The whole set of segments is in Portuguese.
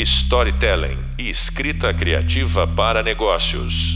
Storytelling e escrita criativa para negócios.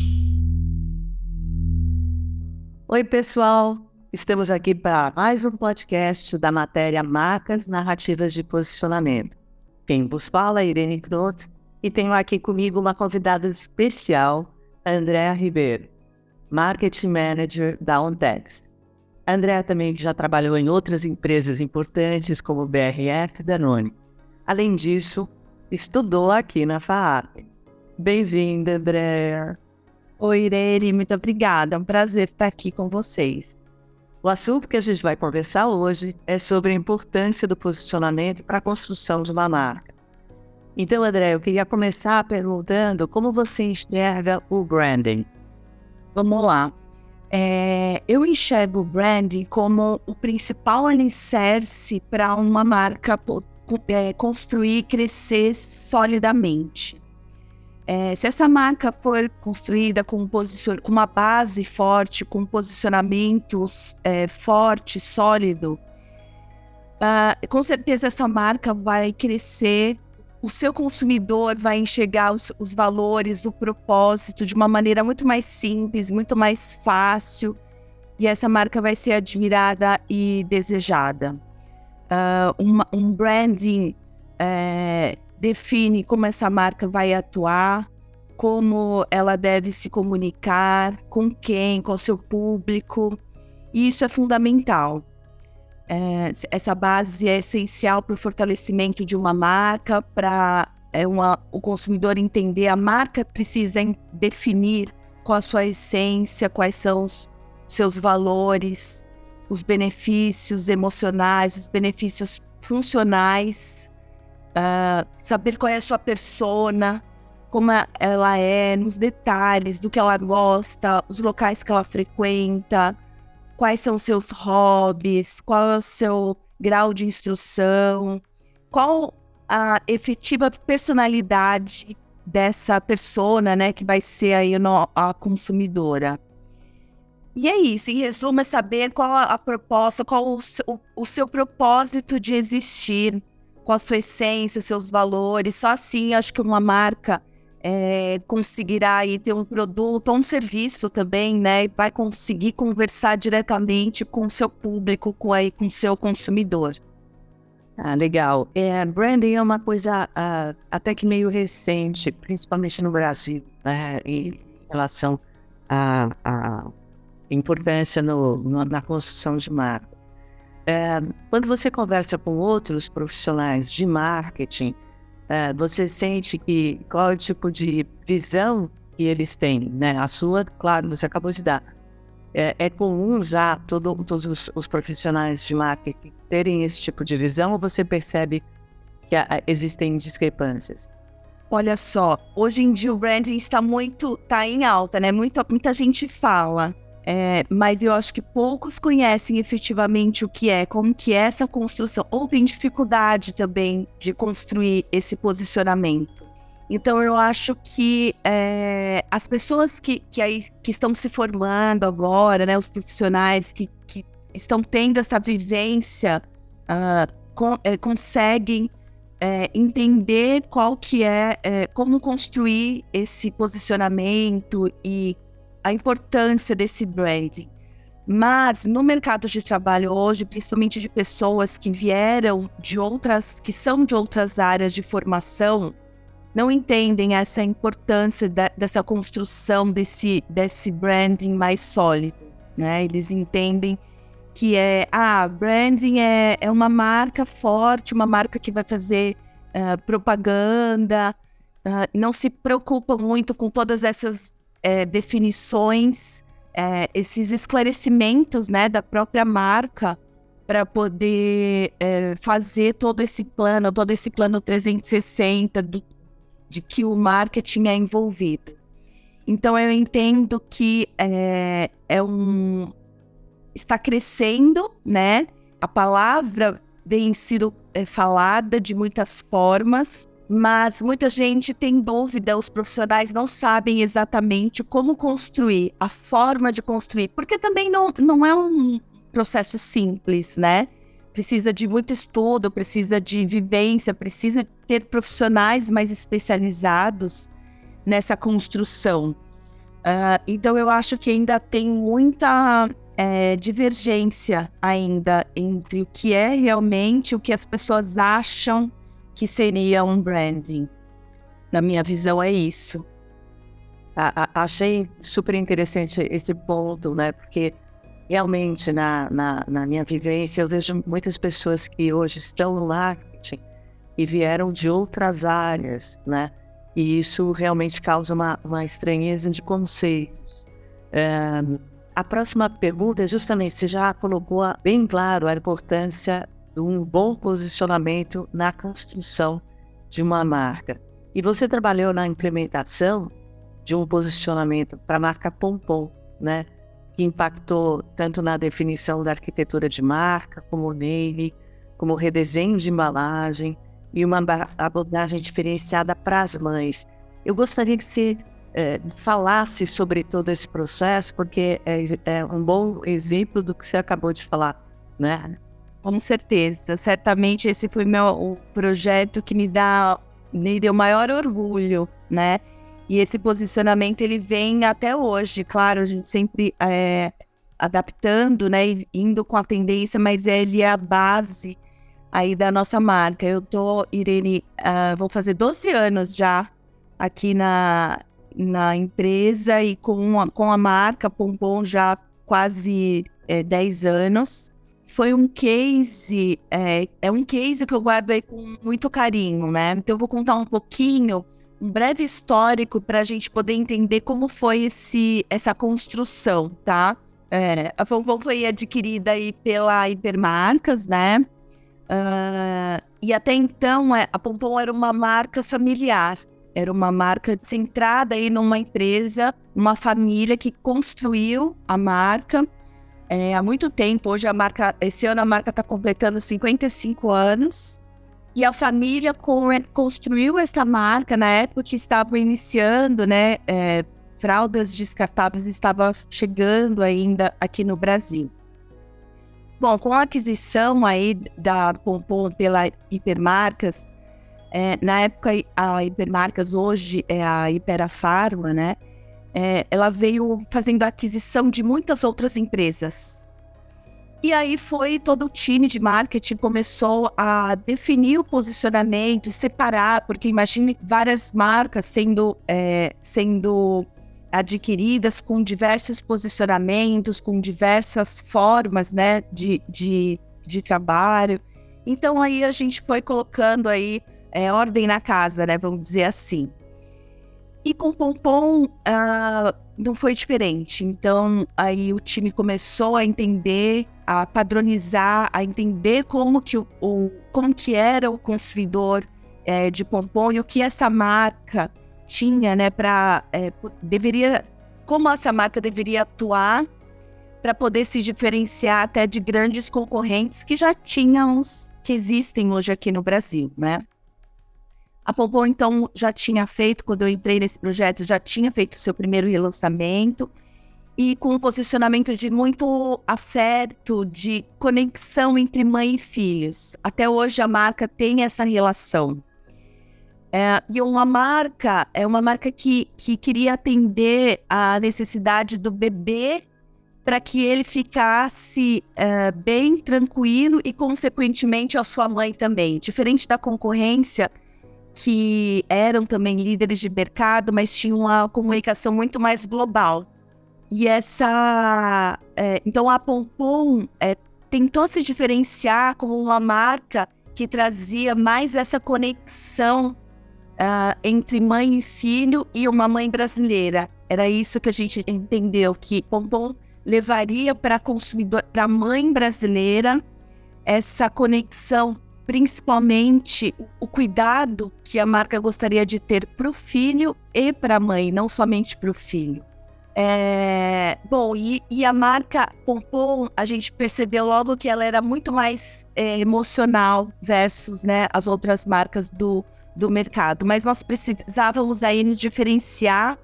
Oi, pessoal! Estamos aqui para mais um podcast da matéria Marcas Narrativas de Posicionamento. Quem vos fala é Irene Knut e tenho aqui comigo uma convidada especial, Andréa Ribeiro, Marketing Manager da Ontex. A Andréa também já trabalhou em outras empresas importantes como BRF e Danone. Além disso, estudou aqui na FAAP. Bem-vinda, Andréa! Oi, Irene, muito obrigada. É um prazer estar aqui com vocês. O assunto que a gente vai conversar hoje é sobre a importância do posicionamento para a construção de uma marca. Então, André, eu queria começar perguntando como você enxerga o branding. Vamos lá. Eu enxergo o branding como o principal alicerce para uma marca construir e crescer solidamente. Se essa marca for construída com uma base forte, com um posicionamento forte, sólido, com certeza essa marca vai crescer, o seu consumidor vai enxergar os valores, o propósito de uma maneira muito mais simples, muito mais fácil, e essa marca vai ser admirada e desejada. Um branding define como essa marca vai atuar, como ela deve se comunicar, com quem, com o seu público, e isso é fundamental. Essa base é essencial para o fortalecimento de uma marca, para o consumidor entender. A marca precisa definir qual a sua essência, quais são os seus valores, os benefícios emocionais, os benefícios funcionais, saber qual é a sua persona, como ela é, nos detalhes do que ela gosta, os locais que ela frequenta, quais são os seus hobbies, qual é o seu grau de instrução, qual a efetiva personalidade dessa persona, né, que vai ser aí a consumidora. E é isso, em resumo, é saber qual a proposta, qual o seu propósito de existir, qual a sua essência, seus valores. Só assim acho que uma marca conseguirá aí ter um produto ou um serviço também, né? E vai conseguir conversar diretamente com o seu público, com o seu consumidor. Legal. Branding é uma coisa até que meio recente, principalmente no Brasil, né? Em relação à importância na construção de marcas. Quando você conversa com outros profissionais de marketing, você sente qual é o tipo de visão que eles têm, né? A sua, claro, você acabou de dar. É comum já todos os profissionais de marketing terem esse tipo de visão, ou você percebe que existem discrepâncias? Olha só, hoje em dia o branding está em alta, né? Muita gente fala. Mas eu acho que poucos conhecem efetivamente como que é essa construção, ou tem dificuldade também de construir esse posicionamento. Então eu acho que as pessoas que estão se formando agora, né, os profissionais que estão tendo essa vivência, conseguem entender como construir esse posicionamento e a importância desse branding. Mas no mercado de trabalho hoje, principalmente de pessoas que que são de outras áreas de formação, não entendem essa importância dessa construção desse branding mais sólido, né? Eles entendem que branding é uma marca forte, uma marca que vai fazer propaganda, não se preocupa muito com todas essas definições, esses esclarecimentos, né, da própria marca para poder fazer todo esse plano 360 de que o marketing é envolvido. Então eu entendo que está crescendo, né? A palavra vem sido falada de muitas formas, mas muita gente tem dúvida, os profissionais não sabem exatamente como construir, a forma de construir, porque também não é um processo simples, né? precisa de muito estudo, precisa de vivência, precisa ter profissionais mais especializados nessa construção. Então, eu acho que ainda tem muita divergência ainda entre o que é realmente, o que as pessoas acham que seria um branding. Na minha visão, é isso. Achei super interessante esse ponto, né? Porque realmente, na minha vivência, eu vejo muitas pessoas que hoje estão no marketing e vieram de outras áreas, né? E isso realmente causa uma estranheza de conceitos. A próxima pergunta é justamente, você já colocou bem claro a importância de um bom posicionamento na construção de uma marca. E você trabalhou na implementação de um posicionamento para a marca Pompom, né? Que impactou tanto na definição da arquitetura de marca, como name, como redesenho de embalagem e uma abordagem diferenciada para as mães. Eu gostaria que você falasse sobre todo esse processo, porque é um bom exemplo do que você acabou de falar, né? Com certeza. Certamente esse foi o projeto que me deu maior orgulho, né? E esse posicionamento, ele vem até hoje. Claro, a gente sempre adaptando, né? E indo com a tendência, mas ele é a base aí da nossa marca. Irene, vou fazer 12 anos já aqui na empresa e com a marca Pompom já quase 10 anos. Foi um case, um case que eu guardo aí com muito carinho, né? Então eu vou contar um breve histórico para a gente poder entender como foi essa construção, tá? A Pompom foi adquirida aí pela Hipermarcas, né? E até então a Pompom era uma marca familiar, era uma marca centrada aí numa empresa, uma família que construiu a marca há muito tempo. Esse ano a marca está completando 55 anos. E a família construiu essa marca na época que estavam iniciando, né? Fraldas descartáveis estavam chegando ainda aqui no Brasil. Bom, com a aquisição aí da Pompom pela Hipermarcas, na época a Hipermarcas, hoje é a Hiperafarma, né? Ela veio fazendo a aquisição de muitas outras empresas. E aí todo o time de marketing começou a definir o posicionamento, separar, porque imagine várias marcas sendo adquiridas com diversos posicionamentos, com diversas formas, né, de trabalho. Então aí a gente foi colocando aí ordem na casa, né, vamos dizer assim. E com o Pompom não foi diferente. Então aí o time começou a entender, a padronizar, a entender como que era o consumidor de Pompom e o que essa marca tinha, né, como essa marca deveria atuar para poder se diferenciar até de grandes concorrentes que que existem hoje aqui no Brasil, né? A Pompom, então, já tinha feito, quando eu entrei nesse projeto, já tinha feito o seu primeiro relançamento e com um posicionamento de muito afeto, de conexão entre mãe e filhos. Até hoje a marca tem essa relação. E é uma marca que queria atender a necessidade do bebê para que ele ficasse bem tranquilo e, consequentemente, a sua mãe também. Diferente da concorrência, que eram também líderes de mercado, mas tinham uma comunicação muito mais global. E então a Pompom tentou se diferenciar como uma marca que trazia mais essa conexão entre mãe e filho e uma mãe brasileira. Era isso que a gente entendeu, que Pompom levaria para a mãe brasileira essa conexão, principalmente o cuidado que a marca gostaria de ter para o filho e para a mãe, não somente para o filho. Bom, e a marca Pompom, a gente percebeu logo que ela era muito mais emocional versus, né, as outras marcas do mercado, mas nós precisávamos aí nos diferenciar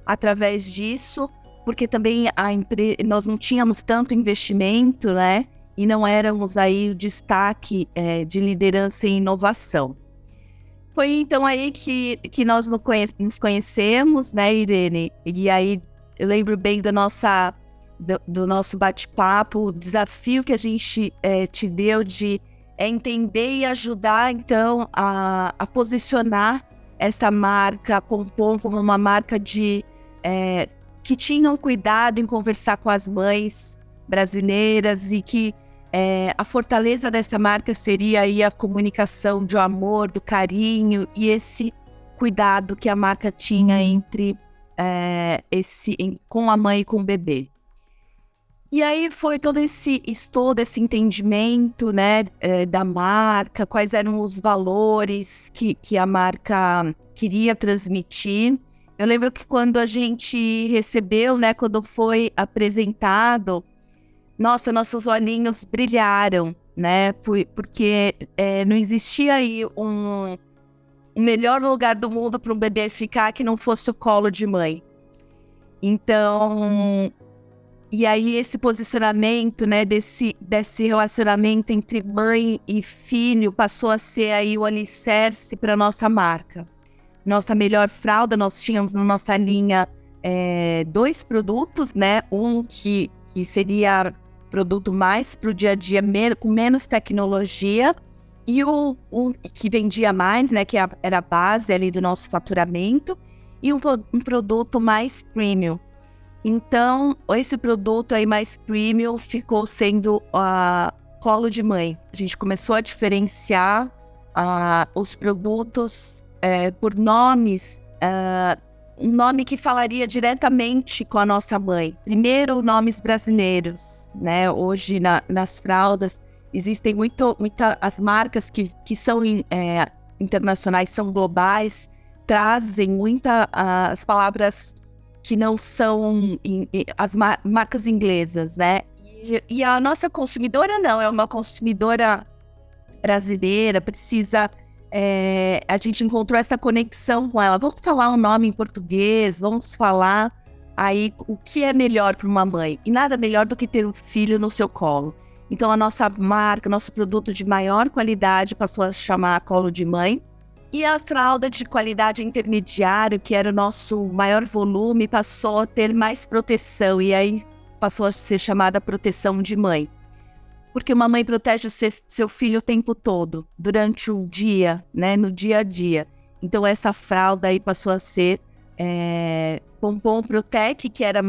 através disso, porque também nós não tínhamos tanto investimento, né? e não éramos aí o destaque de liderança e inovação. Foi então aí que nós nos conhecemos, né, Irene? E aí eu lembro bem do nosso bate-papo, o desafio que a gente te deu de entender e ajudar, então, a posicionar essa marca Pompom como uma marca que tinha um cuidado em conversar com as mães brasileiras e que a fortaleza dessa marca seria aí a comunicação do amor, do carinho e esse cuidado que a marca tinha entre com a mãe e com o bebê. E aí foi todo esse estudo, esse entendimento, né, da marca, quais eram os valores que a marca queria transmitir. Eu lembro que quando a gente recebeu, né, quando foi apresentado, nossa, nossos olhinhos brilharam, né, porque não existia aí um melhor lugar do mundo para um bebê ficar que não fosse o colo de mãe. Então, e aí esse posicionamento, né, desse relacionamento entre mãe e filho passou a ser aí o alicerce para nossa marca. Nossa melhor fralda, nós tínhamos na nossa linha 2 produtos, né, um que seria produto mais para o dia a dia, com menos tecnologia, e o que vendia mais, né, que era a base ali do nosso faturamento, e um produto mais premium. Então, esse produto aí mais premium ficou sendo colo de mãe. A gente começou a diferenciar os produtos por nomes, um nome que falaria diretamente com a nossa mãe. Primeiro, nomes brasileiros, né? Hoje, nas fraldas, existem as marcas que são internacionais, são globais, trazem as palavras que não são as marcas inglesas, né? E a nossa consumidora não, é uma consumidora brasileira, precisa... a gente encontrou essa conexão com ela. Vamos falar um nome em português, vamos falar aí o que é melhor para uma mãe. E nada melhor do que ter um filho no seu colo. Então a nossa marca, nosso produto de maior qualidade passou a chamar colo de mãe. E a fralda de qualidade intermediária, que era o nosso maior volume, passou a ter mais proteção. E aí passou a ser chamada proteção de mãe. Porque uma mãe protege seu filho o tempo todo, durante o dia, né, no dia a dia. Então essa fralda aí passou a ser Pompom Protec, que era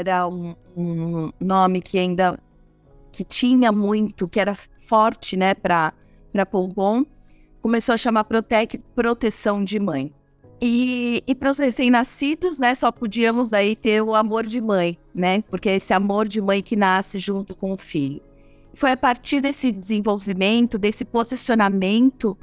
um nome que tinha muito, que era forte, né, para Pompom. Começou a chamar Protec, proteção de mãe. E para os recém-nascidos, né, só podíamos aí ter o amor de mãe, né, porque é esse amor de mãe que nasce junto com o filho. Foi a partir desse desenvolvimento, desse posicionamento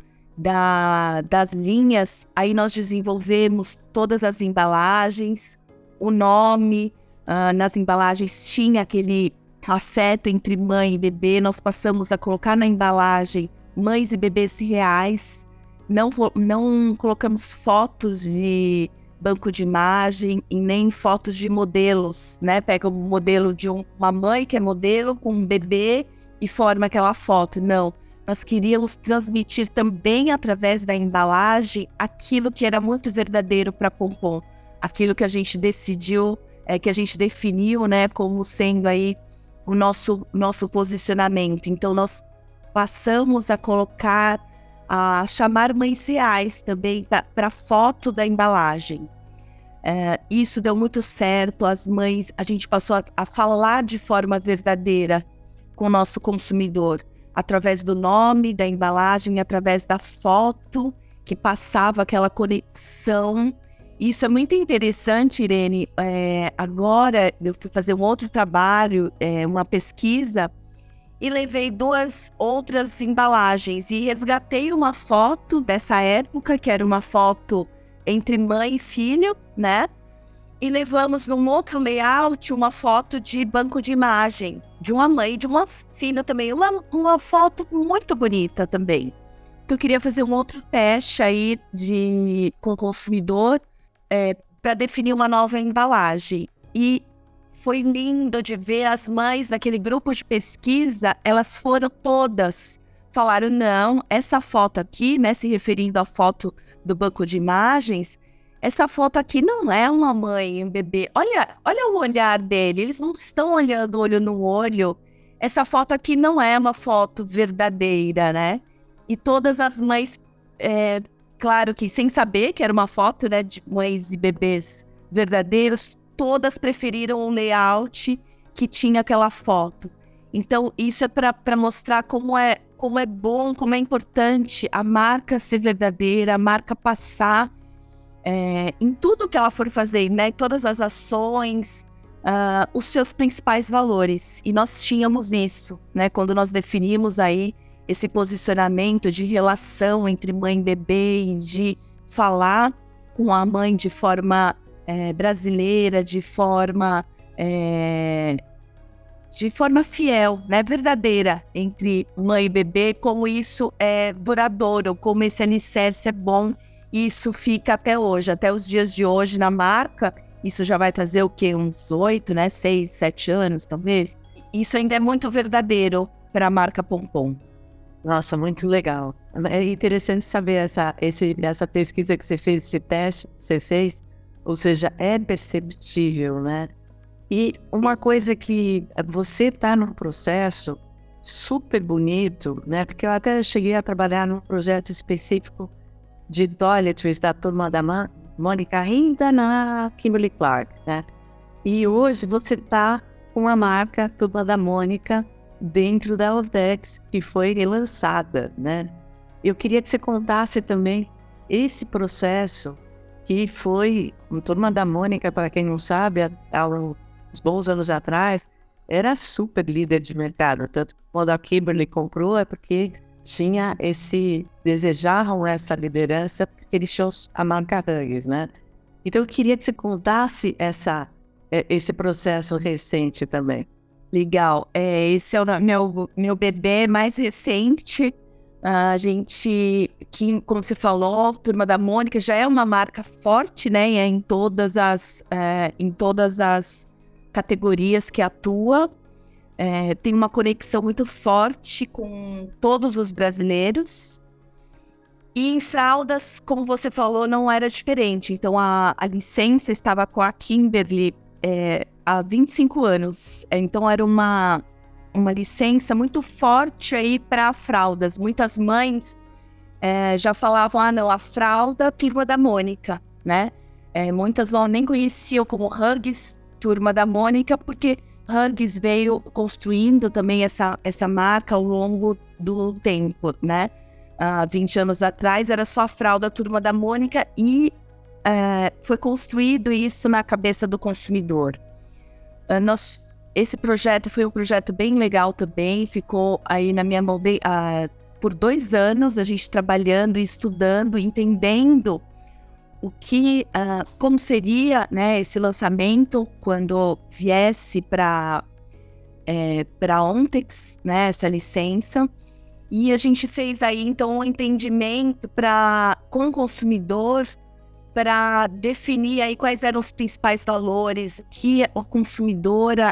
das linhas, aí nós desenvolvemos todas as embalagens, o nome, nas embalagens tinha aquele afeto entre mãe e bebê, nós passamos a colocar na embalagem mães e bebês reais, não colocamos fotos de banco de imagem e nem fotos de modelos, né? Pega o modelo de uma mãe que é modelo com um bebê e forma aquela foto. Não, nós queríamos transmitir também através da embalagem aquilo que era muito verdadeiro para Pompom, aquilo que a gente decidiu, que a gente definiu, né, como sendo aí o nosso posicionamento. Então nós passamos a chamar mães reais também para foto da embalagem. Isso deu muito certo, a gente passou a falar de forma verdadeira com o nosso consumidor, através do nome, da embalagem, através da foto, que passava aquela conexão. Isso é muito interessante, Irene. Agora eu fui fazer um outro trabalho, uma pesquisa, e levei 2 outras embalagens e resgatei uma foto dessa época, que era uma foto entre mãe e filho, né? E levamos num outro layout uma foto de banco de imagem, de uma mãe e de uma filha também. Uma foto muito bonita também. Eu queria fazer um outro teste aí com o consumidor para definir uma nova embalagem. E foi lindo de ver as mães daquele grupo de pesquisa, elas foram todas, falaram, não, essa foto aqui, né, se referindo à foto do banco de imagens, essa foto aqui não é uma mãe e um bebê. Olha o olhar dele, eles não estão olhando olho no olho. Essa foto aqui não é uma foto verdadeira, né? E todas as mães, claro que sem saber que era uma foto, né, de mães e bebês verdadeiros, todas preferiram o layout que tinha aquela foto. Então, isso é para mostrar como é bom, como é importante a marca ser verdadeira, a marca passar em tudo que ela for fazer, né? Em todas as ações, os seus principais valores. E nós tínhamos isso, né? Quando nós definimos aí esse posicionamento de relação entre mãe e bebê e de falar com a mãe de forma brasileira, de forma fiel, né, verdadeira, entre mãe e bebê, como isso é duradouro, como esse alicerce é bom, e isso fica até hoje, até os dias de hoje na marca. Isso já vai trazer o quê? Uns 8, né, 6, 7 anos, talvez. Isso ainda é muito verdadeiro para a marca Pompom. Nossa, muito legal. É interessante saber essa pesquisa que você fez, esse teste que você fez, ou seja, é perceptível, né? E uma coisa que você está num processo super bonito, né? Porque eu até cheguei a trabalhar num projeto específico de toiletries da Turma da Mônica, ainda na Kimberly-Clark, né? E hoje você está com a marca Turma da Mônica dentro da Altex, que foi relançada, né? Eu queria que você contasse também esse processo que foi, o Turma da Mônica, para quem não sabe, há uns bons anos atrás, era super líder de mercado. Tanto que quando a Kimberly comprou é porque desejavam essa liderança, porque eles tinham a marca Huggies, né? Então eu queria que você contasse esse processo recente também. Legal. Esse é o meu bebê mais recente. A gente, como você falou, Turma da Mônica já é uma marca forte, né? Em todas as categorias que atua. Tem uma conexão muito forte com todos os brasileiros. E em fraldas, como você falou, não era diferente. Então, a licença estava com a Kimberly há 25 anos. Então, era uma licença muito forte aí para fraldas. Muitas mães já falavam, não, a fralda Turma da Mônica, né? Muitas não nem conheciam como Huggies Turma da Mônica, porque Huggies veio construindo também essa marca ao longo do tempo, né? Há 20 anos atrás era só a fralda Turma da Mônica e foi construído isso na cabeça do consumidor. Esse projeto foi um projeto bem legal também, ficou aí na minha mão por 2 anos, a gente trabalhando, estudando, entendendo como seria, né, esse lançamento quando viesse para Ontex, né, essa licença. E a gente fez aí então um entendimento com o consumidor para definir aí quais eram os principais valores que a consumidora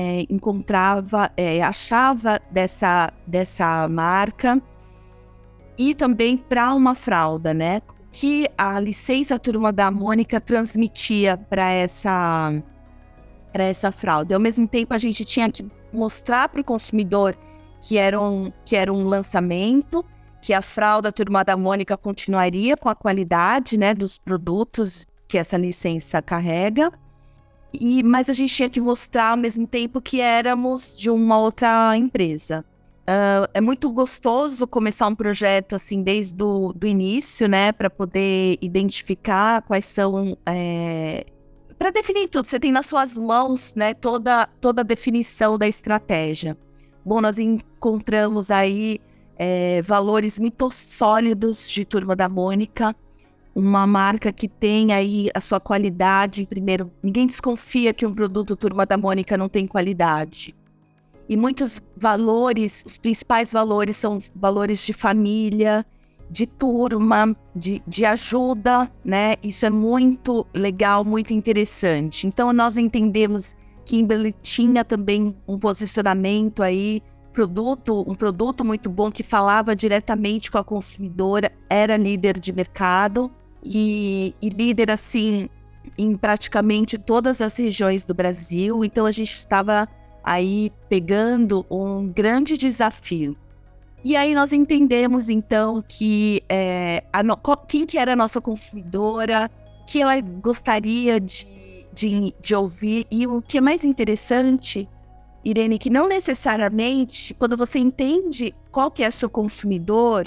achava dessa marca, e também para uma fralda, né? Que a licença Turma da Mônica transmitia para essa fralda. E, ao mesmo tempo, a gente tinha que mostrar para o consumidor que era um lançamento, que a fralda Turma da Mônica continuaria com a qualidade, né, dos produtos que essa licença carrega, mas a gente tinha que mostrar ao mesmo tempo que éramos de uma outra empresa. É muito gostoso começar um projeto assim desde do início, né, para poder identificar quais são, para definir tudo. Você tem nas suas mãos, né, toda a definição da estratégia. Bom, nós encontramos aí valores muito sólidos de Turma da Mônica, uma marca que tem aí a sua qualidade. Primeiro, ninguém desconfia que um produto Turma da Mônica não tem qualidade. E muitos valores, os principais valores são valores de família, de turma, de ajuda, né? Isso é muito legal, muito interessante. Então, nós entendemos Kimberly tinha também um posicionamento aí, um produto muito bom que falava diretamente com a consumidora, era líder de mercado e líder assim em praticamente todas as regiões do Brasil. Então a gente estava aí pegando um grande desafio. E aí nós entendemos então que quem que era a nossa consumidora, o que ela gostaria de ouvir. E o que é mais interessante, Irene, que não necessariamente, quando você entende qual que é seu consumidor,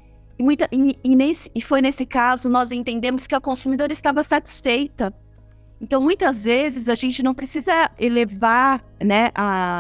e foi nesse caso, nós entendemos que a consumidora estava satisfeita. Então, muitas vezes, a gente não precisa elevar, né,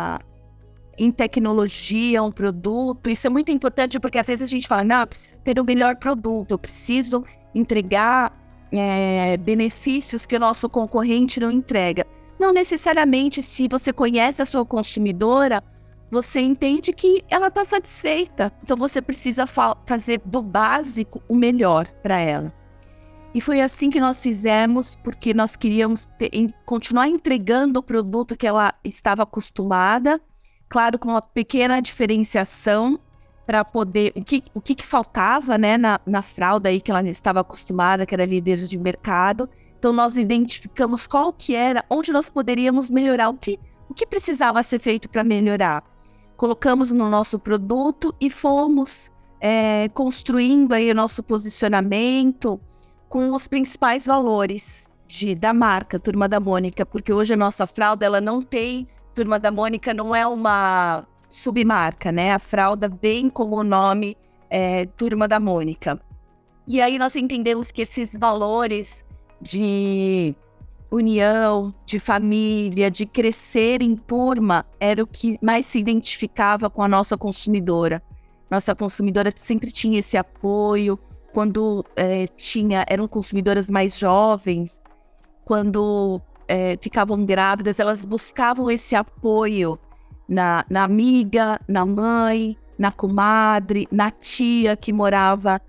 em tecnologia um produto. Isso é muito importante, porque às vezes a gente fala, não, eu preciso ter o melhor produto, eu preciso entregar benefícios que o nosso concorrente não entrega. Não necessariamente, se você conhece a sua consumidora, você entende que ela está satisfeita. Então você precisa fazer do básico o melhor para ela. E foi assim que nós fizemos, porque nós queríamos continuar entregando o produto que ela estava acostumada, claro, com uma pequena diferenciação para poder... O que faltava, né, na fralda aí que ela estava acostumada, que era líder de mercado. Então nós identificamos qual que era, onde nós poderíamos melhorar, o que precisava ser feito para melhorar. Colocamos no nosso produto e fomos construindo aí o nosso posicionamento com os principais valores da marca Turma da Mônica, porque hoje a nossa fralda, ela não tem... Turma da Mônica não é uma submarca, né? A fralda vem como o nome Turma da Mônica. E aí nós entendemos que esses valores de união, de família, de crescer em turma, era o que mais se identificava com a nossa consumidora. Nossa consumidora sempre tinha esse apoio. Quando eram consumidoras mais jovens, quando ficavam grávidas, elas buscavam esse apoio na amiga, na mãe, na comadre, na tia que morava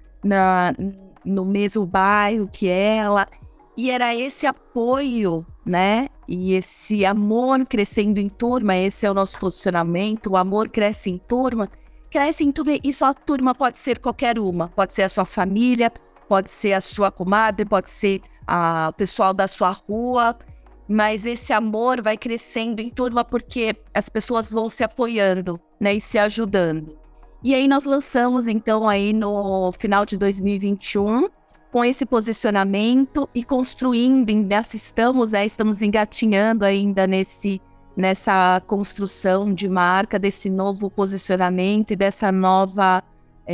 no mesmo bairro que ela. E era esse apoio, né? E esse amor crescendo em turma, esse é o nosso posicionamento, o amor cresce em turma. Cresce em turma, e sua turma pode ser qualquer uma. Pode ser a sua família, pode ser a sua comadre, pode ser o pessoal da sua rua. Mas esse amor vai crescendo em turma porque as pessoas vão se apoiando, né? E se ajudando. E aí nós lançamos, então, aí no final de 2021, com esse posicionamento e construindo, estamos engatinhando ainda nessa construção de marca, desse novo posicionamento e dessa nova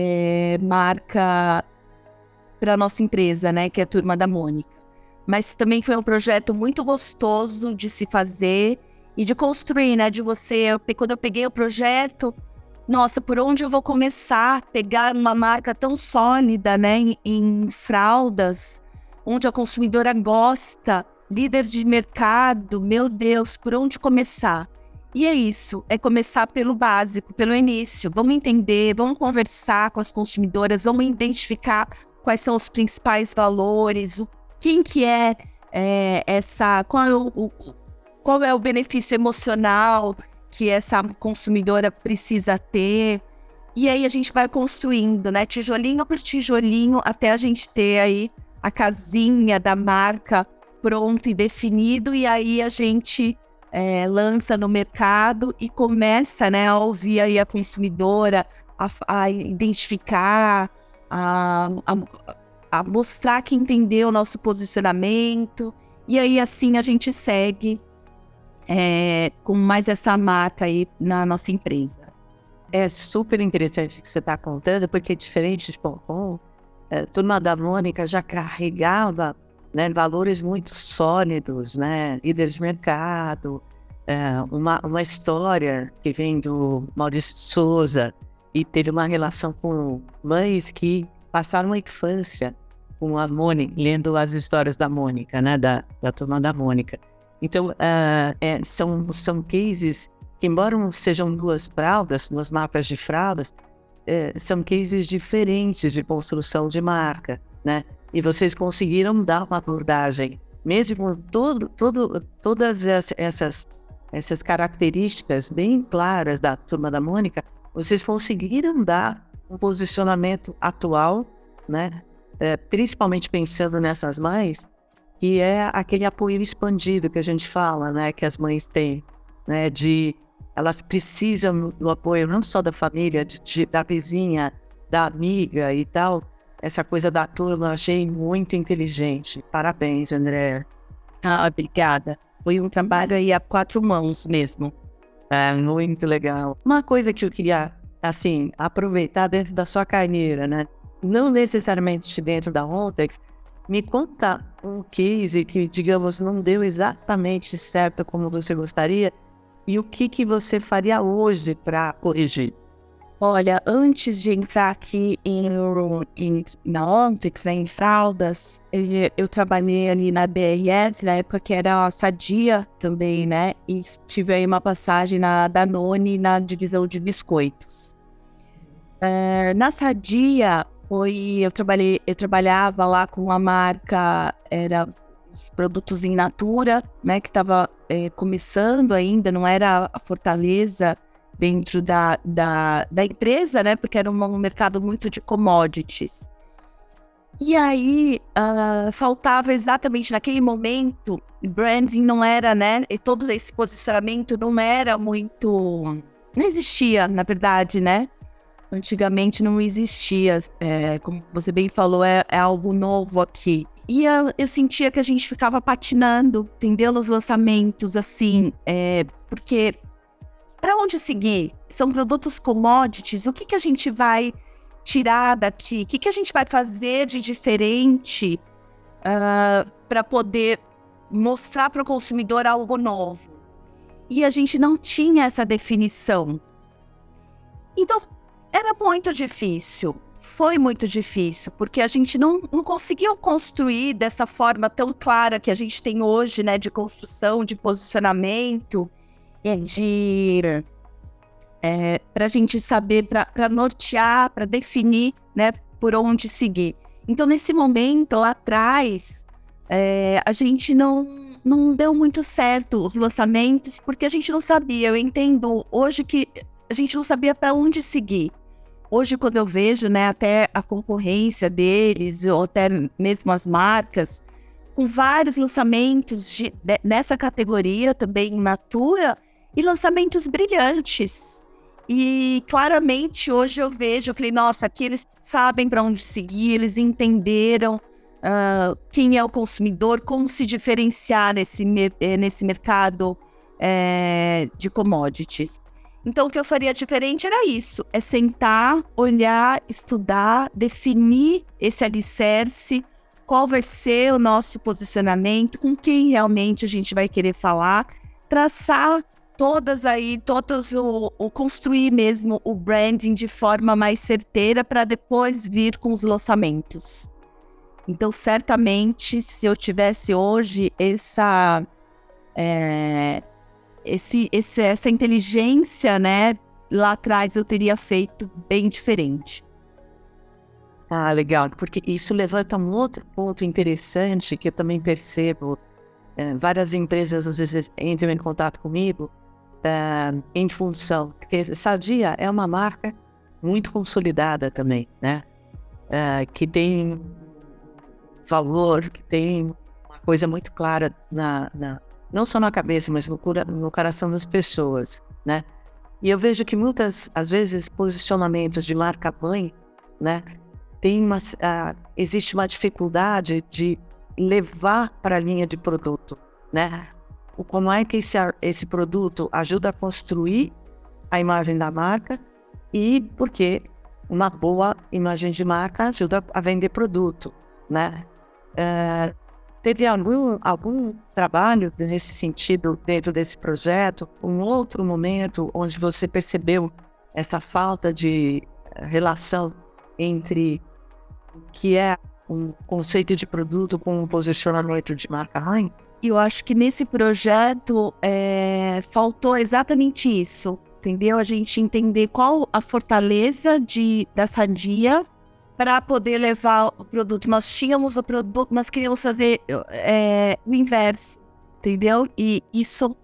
marca para a nossa empresa, né, que é a Turma da Mônica. Mas também foi um projeto muito gostoso de se fazer e de construir, né, quando eu peguei o projeto, nossa, por onde eu vou começar? Pegar uma marca tão sólida, né, em fraldas, onde a consumidora gosta, líder de mercado, meu Deus, por onde começar? E é isso, é começar pelo básico, pelo início. Vamos entender, vamos conversar com as consumidoras, vamos identificar quais são os principais valores, quem que qual é o benefício emocional que essa consumidora precisa ter. E aí a gente vai construindo, né, tijolinho por tijolinho, até a gente ter aí a casinha da marca pronto e definido, e aí a gente lança no mercado e começa, né, a ouvir aí a consumidora, a identificar, a mostrar que entendeu o nosso posicionamento, e aí assim a gente segue com mais essa marca aí na nossa empresa. É super interessante o que você está contando, porque diferente de Pompom, Turma da Mônica já carregava, né, valores muito sólidos, né, líder de mercado, uma história que vem do Maurício de Souza, e teve uma relação com mães que passaram a infância com a Mônica, lendo as histórias da Mônica, né, da Turma da Mônica. Então, são cases que, embora sejam duas marcas de fraldas, são cases diferentes de construção de marca, né? E vocês conseguiram dar uma abordagem, mesmo com todas essas essas características bem claras da Turma da Mônica, vocês conseguiram dar um posicionamento atual, né? Principalmente pensando nessas mães, que é aquele apoio expandido que a gente fala, né? Que as mães têm, né? Elas precisam do apoio não só da família, da vizinha, da amiga e tal. Essa coisa da turma eu achei muito inteligente. Parabéns, André. Obrigada. Foi um trabalho aí a 4 mãos mesmo. Muito legal. Uma coisa que eu queria, assim, aproveitar dentro da sua carreira, né? Não necessariamente dentro da Ontex, me conta um case que, digamos, não deu exatamente certo como você gostaria e o que você faria hoje para corrigir? Olha, antes de entrar aqui na Ontex, né, em fraldas, eu trabalhei ali na BRF, na época que era a Sadia também, né? E tive aí uma passagem na Danone, na divisão de biscoitos. Na Sadia, eu trabalhava lá com a marca, era os produtos in natura, né? Que estava começando ainda, não era a Fortaleza dentro da empresa, né? Porque era um mercado muito de commodities. E aí, faltava exatamente naquele momento, branding não era, né? E todo esse posicionamento não era muito... Não existia, na verdade, né? Antigamente não existia. Como você bem falou, é algo novo aqui. E eu sentia que a gente ficava patinando, entendeu? Nos lançamentos, assim, porque... Para onde seguir? São produtos commodities. O que a gente vai tirar daqui? O que a gente vai fazer de diferente para poder mostrar para o consumidor algo novo? E a gente não tinha essa definição. Então, era muito difícil. Foi muito difícil, porque a gente não conseguiu construir dessa forma tão clara que a gente tem hoje, né? De construção, de posicionamento... para a gente saber, para nortear, para definir, né, por onde seguir. Então, nesse momento, lá atrás, a gente não deu muito certo os lançamentos, porque a gente não sabia. Eu entendo hoje que a gente não sabia para onde seguir. Hoje, quando eu vejo, né, até a concorrência deles, ou até mesmo as marcas, com vários lançamentos nessa categoria também, in natura, e lançamentos brilhantes. E claramente hoje eu falei, nossa, aqui eles sabem para onde seguir, eles entenderam quem é o consumidor, como se diferenciar nesse mercado de commodities. Então o que eu faria diferente era isso, é sentar, olhar, estudar, definir esse alicerce, qual vai ser o nosso posicionamento, com quem realmente a gente vai querer falar, traçar construir mesmo o branding de forma mais certeira para depois vir com os lançamentos. Então, certamente, se eu tivesse hoje essa inteligência, né, lá atrás eu teria feito bem diferente. Legal, porque isso levanta um outro ponto interessante que eu também percebo. Várias empresas às vezes entram em contato comigo em função, porque Sadia é uma marca muito consolidada também, né? Que tem valor, que tem uma coisa muito clara não só na cabeça, mas no coração das pessoas, né? E eu vejo que muitas, às vezes, posicionamentos de marca-mãe, né? Existe uma dificuldade de levar para a linha de produto, né? Como é que esse produto ajuda a construir a imagem da marca e porque uma boa imagem de marca ajuda a vender produto, né? Teve algum trabalho nesse sentido dentro desse projeto? Um outro momento onde você percebeu essa falta de relação entre o que é um conceito de produto com um posicionamento de marca-mãe? E eu acho que nesse projeto faltou exatamente isso, entendeu? A gente entender qual a fortaleza da Sadia para poder levar o produto. Nós tínhamos o produto, nós queríamos fazer o inverso, entendeu? E isso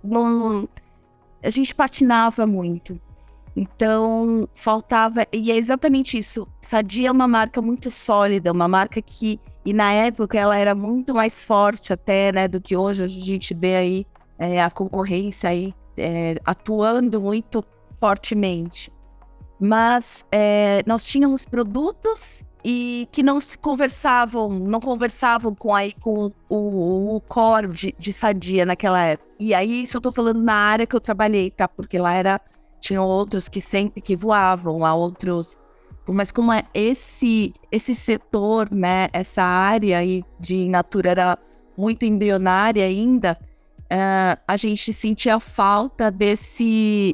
a gente patinava muito. Então, faltava... E é exatamente isso. Sadia é uma marca muito sólida, uma marca que... E na época ela era muito mais forte até, né, do que hoje. Hoje a gente vê aí a concorrência aí atuando muito fortemente. Mas nós tínhamos produtos e que não conversavam com o core de Sadia naquela época. E aí, isso eu tô falando na área que eu trabalhei, tá? Porque lá tinham outros que voavam, lá outros... Mas como esse setor, né, essa área aí de Natura era muito embrionária ainda, a gente sentia falta desse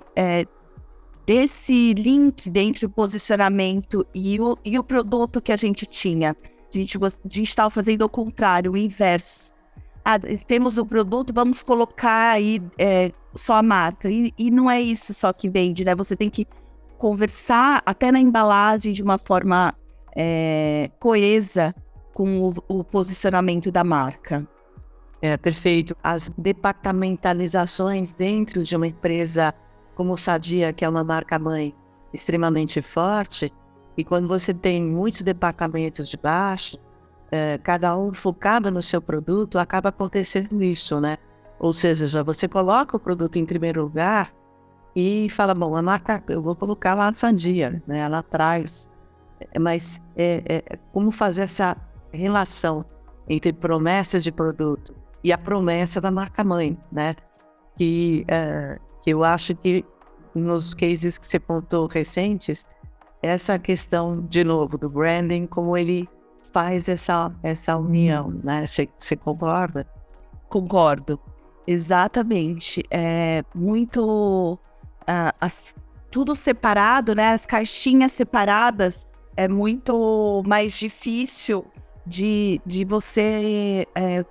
link entre o posicionamento e o produto que a gente tinha. A gente estava fazendo o contrário, o inverso. Temos o produto, vamos colocar aí só a marca. E não é isso só que vende, né? Você tem que conversar até na embalagem de uma forma coesa com o posicionamento da marca. Perfeito. As departamentalizações dentro de uma empresa como Sadia, que é uma marca-mãe extremamente forte, e quando você tem muitos departamentos de baixo, cada um focado no seu produto, acaba acontecendo isso, né? Ou seja, você coloca o produto em primeiro lugar e fala, bom, a marca, eu vou colocar lá a Sadia, né? Ela traz. Mas como fazer essa relação entre promessa de produto e a promessa da marca-mãe, né? Que eu acho que nos cases que você contou recentes, essa questão, de novo, do branding, como ele faz essa união, né? Você concorda? Concordo, exatamente. Muito... tudo separado, né? As caixinhas separadas é muito mais difícil de você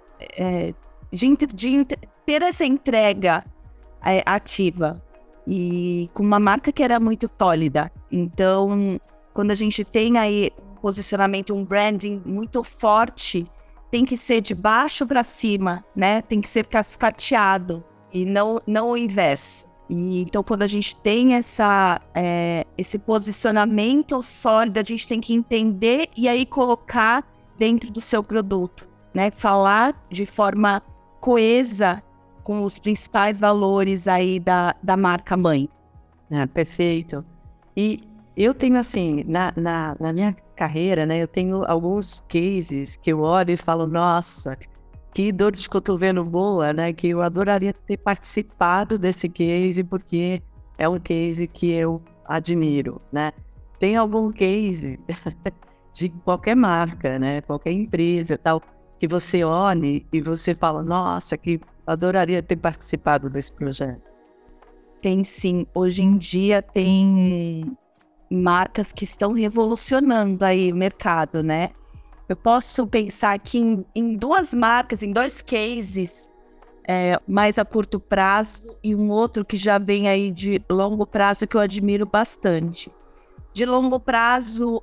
ter essa entrega ativa. E com uma marca que era muito sólida. Então, quando a gente tem aí um posicionamento, um branding muito forte, tem que ser de baixo para cima, né? Tem que ser cascateado e não o inverso. E, então, quando a gente tem esse posicionamento sólido, a gente tem que entender e aí colocar dentro do seu produto, né? Falar de forma coesa com os principais valores aí da marca-mãe. Perfeito. E eu tenho, assim, na minha carreira, né, eu tenho alguns cases que eu olho e falo, nossa, que dor de cotovelo boa, né, que eu adoraria ter participado desse case, porque é um case que eu admiro, né. Tem algum case de qualquer marca, né, qualquer empresa, tal, que você olhe e você fala, nossa, que adoraria ter participado desse projeto. Tem sim. Hoje em dia tem marcas que estão revolucionando aí o mercado, né? Eu posso pensar aqui em duas marcas, em dois cases, mais a curto prazo e um outro que já vem aí de longo prazo que eu admiro bastante. De longo prazo,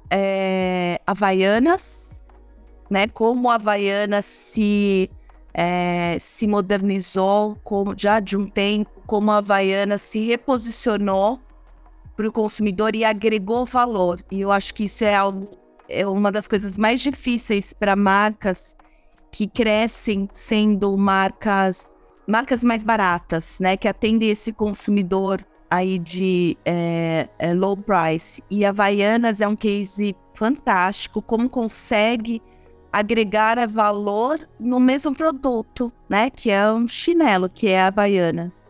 Havaianas, né? Como a Havaianas se modernizou já de um tempo, como a Havaianas se reposicionou para o consumidor e agregou valor. E eu acho que isso é uma das coisas mais difíceis para marcas que crescem sendo marcas mais baratas, né? Que atendem esse consumidor aí de low price. E a Havaianas é um case fantástico, como consegue agregar valor no mesmo produto, né? Que é um chinelo, que é a Havaianas.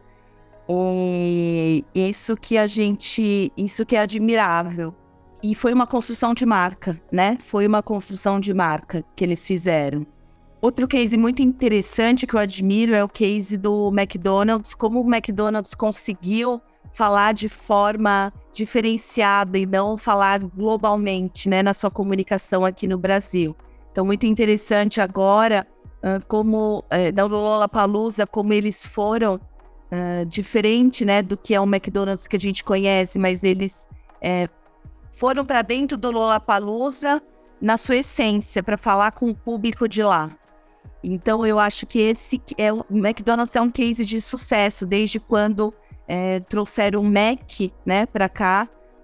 E isso que é admirável. E foi uma construção de marca, né? Foi uma construção de marca que eles fizeram. Outro case muito interessante que eu admiro é o case do McDonald's, como o McDonald's conseguiu falar de forma diferenciada e não falar globalmente, né, na sua comunicação aqui no Brasil. Então, muito interessante agora, como da Lollapalooza, como eles foram diferente, né, do que é o McDonald's que a gente conhece, mas eles foram para dentro do Lollapalooza na sua essência, para falar com o público de lá. Então, eu acho que o McDonald's é um case de sucesso, desde quando trouxeram o Mac, né, para cá,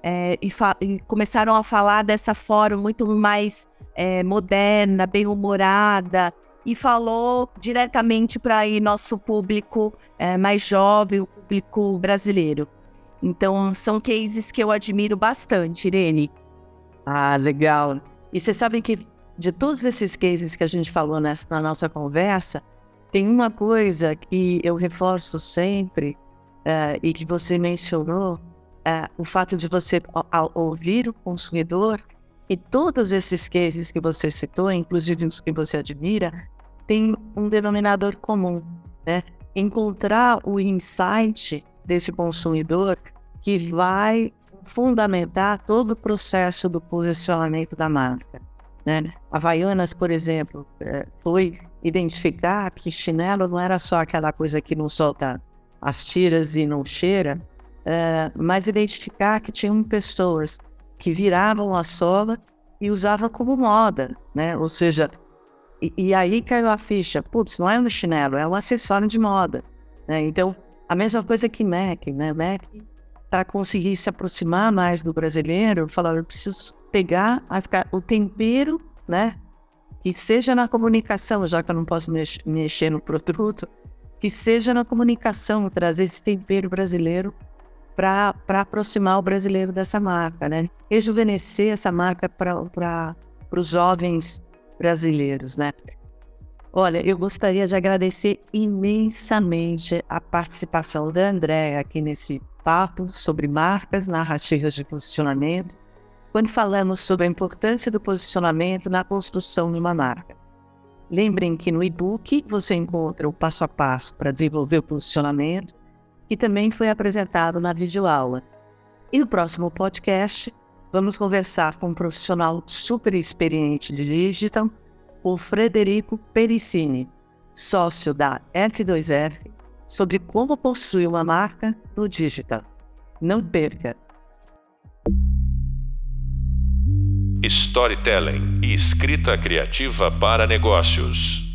e começaram a falar dessa forma muito mais moderna, bem-humorada, e falou diretamente para nosso público mais jovem, o público brasileiro. Então, são cases que eu admiro bastante, Irene. Ah, legal. E você sabe que de todos esses cases que a gente falou na nossa conversa, tem uma coisa que eu reforço sempre, e que você mencionou, o fato de você, ao ouvir o consumidor, e todos esses cases que você citou, inclusive os que você admira, tem um denominador comum, né? Encontrar o insight desse consumidor que vai fundamentar todo o processo do posicionamento da marca, né? A Havaianas, por exemplo, foi identificar que chinelo não era só aquela coisa que não solta as tiras e não cheira, mas identificar que tinham pessoas que viravam a sola e usavam como moda, né? Ou seja, e aí caiu a ficha, putz, não é um chinelo, é um acessório de moda, né? Então, a mesma coisa que Mac, né? Mac, para conseguir se aproximar mais do brasileiro, falou, eu preciso pegar o tempero, né? Que seja na comunicação, já que eu não posso mexer no produto, que seja na comunicação, trazer esse tempero brasileiro para aproximar o brasileiro dessa marca, né? Rejuvenescer essa marca para os jovens brasileiros, né? Olha, eu gostaria de agradecer imensamente a participação da Andréa aqui nesse papo sobre marcas, narrativas de posicionamento, quando falamos sobre a importância do posicionamento na construção de uma marca. Lembrem que no e-book você encontra o passo a passo para desenvolver o posicionamento, que também foi apresentado na videoaula. E no próximo podcast, vamos conversar com um profissional super experiente de digital, o Frederico Pericini, sócio da F2F, sobre como construir uma marca no digital. Não perca! Storytelling e escrita criativa para negócios.